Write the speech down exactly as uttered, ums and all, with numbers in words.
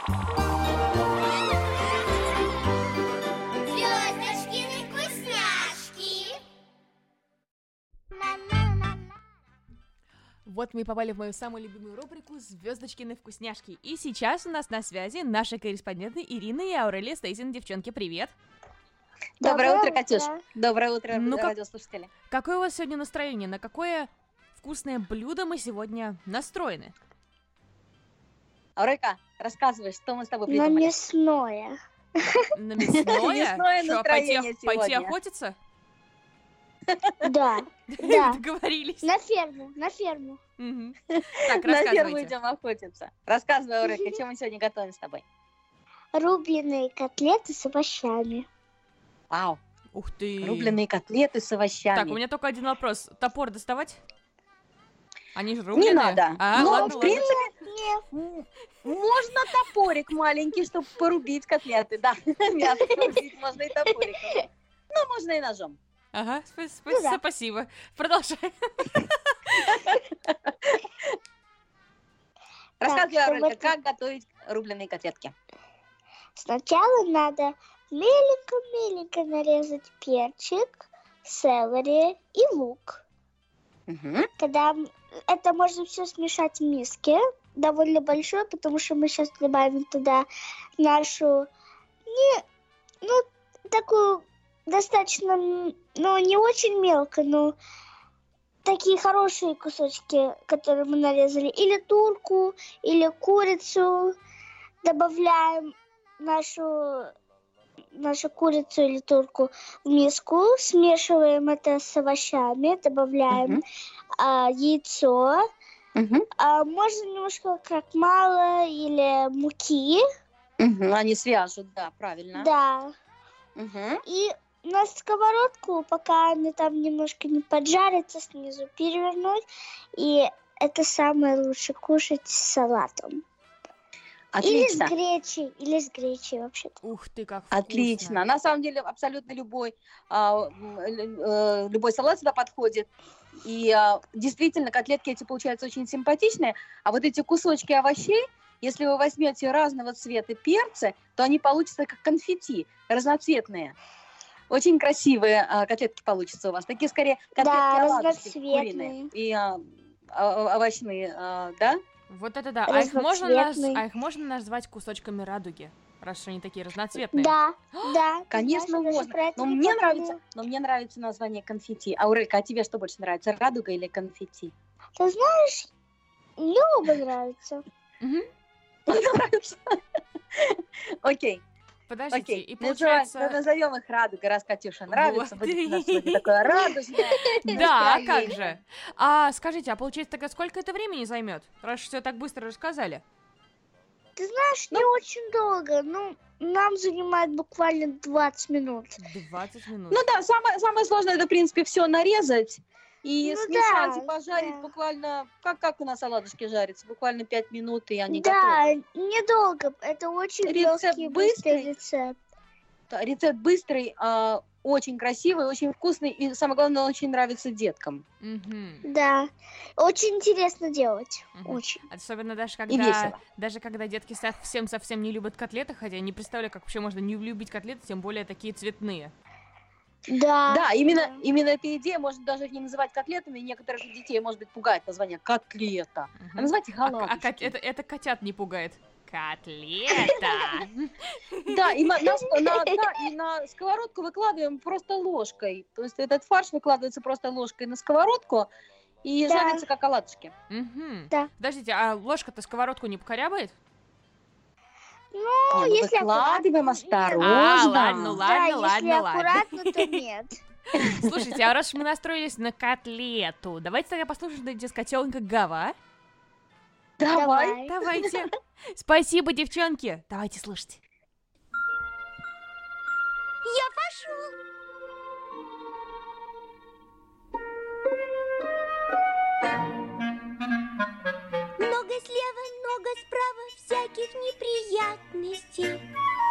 Звездочкины вкусняшки. Вот мы и попали в мою самую любимую рубрику «Звездочкины вкусняшки». И сейчас у нас на связи наши корреспонденты Ирина и Аурелия Стейсин. Девчонки, привет! Доброе, Доброе утро, Катюш. утро. Доброе утро, Ну, как- радиослушатели. Какое у вас сегодня настроение? На какое вкусное блюдо мы сегодня настроены? Аурелька, рассказывай, что мы с тобой На придумали. мясное. На мясное? Мясное Что, настроение пойти, пойти сегодня. охотиться? Да, да. Договорились. На ферму, на ферму. Мгм. Так, На ферму рассказывайте. идем охотиться. Рассказывай, Аурелька, чем мы сегодня готовим с тобой? Рубленые котлеты с овощами. Вау, Ух ты. рубленые котлеты с овощами. Так, у меня только один вопрос. Топор доставать? Они же Не рубленые. надо. А, Ну, ладно, в ладно. принципе, Нет, м, можно топорик маленький, чтобы порубить котлеты. Да, мясо порубить можно и топориком. Ну, можно и ножом. Ага, спа- спа- Ну да. спасибо. Продолжай. Рассказывай, чтобы Аурелька, это- как готовить рубленые котлетки. сначала надо меленько-меленько нарезать перчик, селери и лук. Мгм. Когда м, это можно все смешать в миске, довольно большой, потому что мы сейчас добавим туда нашу, не, ну, такую достаточно, м, ну, не очень мелко, но такие хорошие кусочки, которые мы нарезали, или турку, или курицу, добавляем нашу, нашу курицу или турку в миску, смешиваем это с овощами, добавляем Мгм. а, яйцо, Мгм. а, можно немножко крахмала или муки, Мгм. Они свяжут, да, правильно. да, Мгм. и на сковородку, пока она там немножко не поджарится, снизу перевернуть, и это самое лучше кушать с салатом. Или с Отлично. гречей, или с гречей вообще-то. Ух ты, как вкусно. Отлично. На самом деле абсолютно любой, а, м, лю- э, любой салат сюда подходит. И а, действительно, котлетки эти получаются очень симпатичные. А вот эти кусочки овощей, если вы возьмете разного цвета перцы, то они получатся как конфетти, разноцветные. Очень красивые а, котлетки получатся у вас. Такие скорее котлетки Да, оладушки разноцветные. куриные и а, а, овощные, а, да? Вот это да. А их, можно наз- Разноцветный. а их можно назвать кусочками радуги, раз что они такие разноцветные? Да, да. ты Конечно, знаешь, я даже можно. про это Но не мне подумала. нравится, но мне нравится название конфетти. Аурелька, а тебе что больше нравится, радуга или конфетти? Ты знаешь, мне оба нравятся. Мгм. Нравится. Окей, Подождите, окей. и Называй- получается... Назовем их радуга, раз Катюша нравится. Вот. Будет у нас сегодня такое радужное. Да, а как настроение. же? А скажите, а получается тогда сколько это времени займет, раз все так быстро рассказали? Ты знаешь, не очень долго. Ну, нам занимает буквально двадцать минут. двадцать минут. Ну да, самое, самое сложное, это, в принципе, все нарезать и Ну смешать, да, и пожарить да. буквально, как, как у нас оладушки жарятся, буквально пять минут, и они Да, недолго. Это очень Рецепт легкий и быстрый. быстрый рецепт. готовы. Рецепт быстрый, а, очень красивый, очень вкусный, и самое главное, он очень нравится деткам. Мгм. Да. Очень интересно делать. Мгм. Очень. Особенно даже И когда, весело. даже когда детки совсем-совсем не любят котлеты, хотя я не представляю, как вообще можно не любить котлеты, тем более такие цветные. Да. Да, именно, да. именно эта идея, можно даже их не называть котлетами, некоторых детей, может быть, пугает название котлета. Мгм. А называть их А, а оладушки. кот- это, это котят не пугает. Котлета! Да, и на, на ск- на- да, и на сковородку выкладываем просто ложкой. То есть этот фарш выкладывается просто ложкой на сковородку и Да. жарится как оладушки. Мгм. Да. Подождите, а ложка-то сковородку не покорябает? Ну, Не, ну если выкладываем аккуратно, осторожно. А, ладно, ну Да, ладно, если ладно, ладно. аккуратно, то нет. Слушайте, а раз уж мы настроились на котлету, давайте тогда послушаем дискотёнка Гава. Давай. Давайте. Спасибо, девчонки. Давайте слушать. Я пошел. Нога слева, нога справа, всяких неприятностей.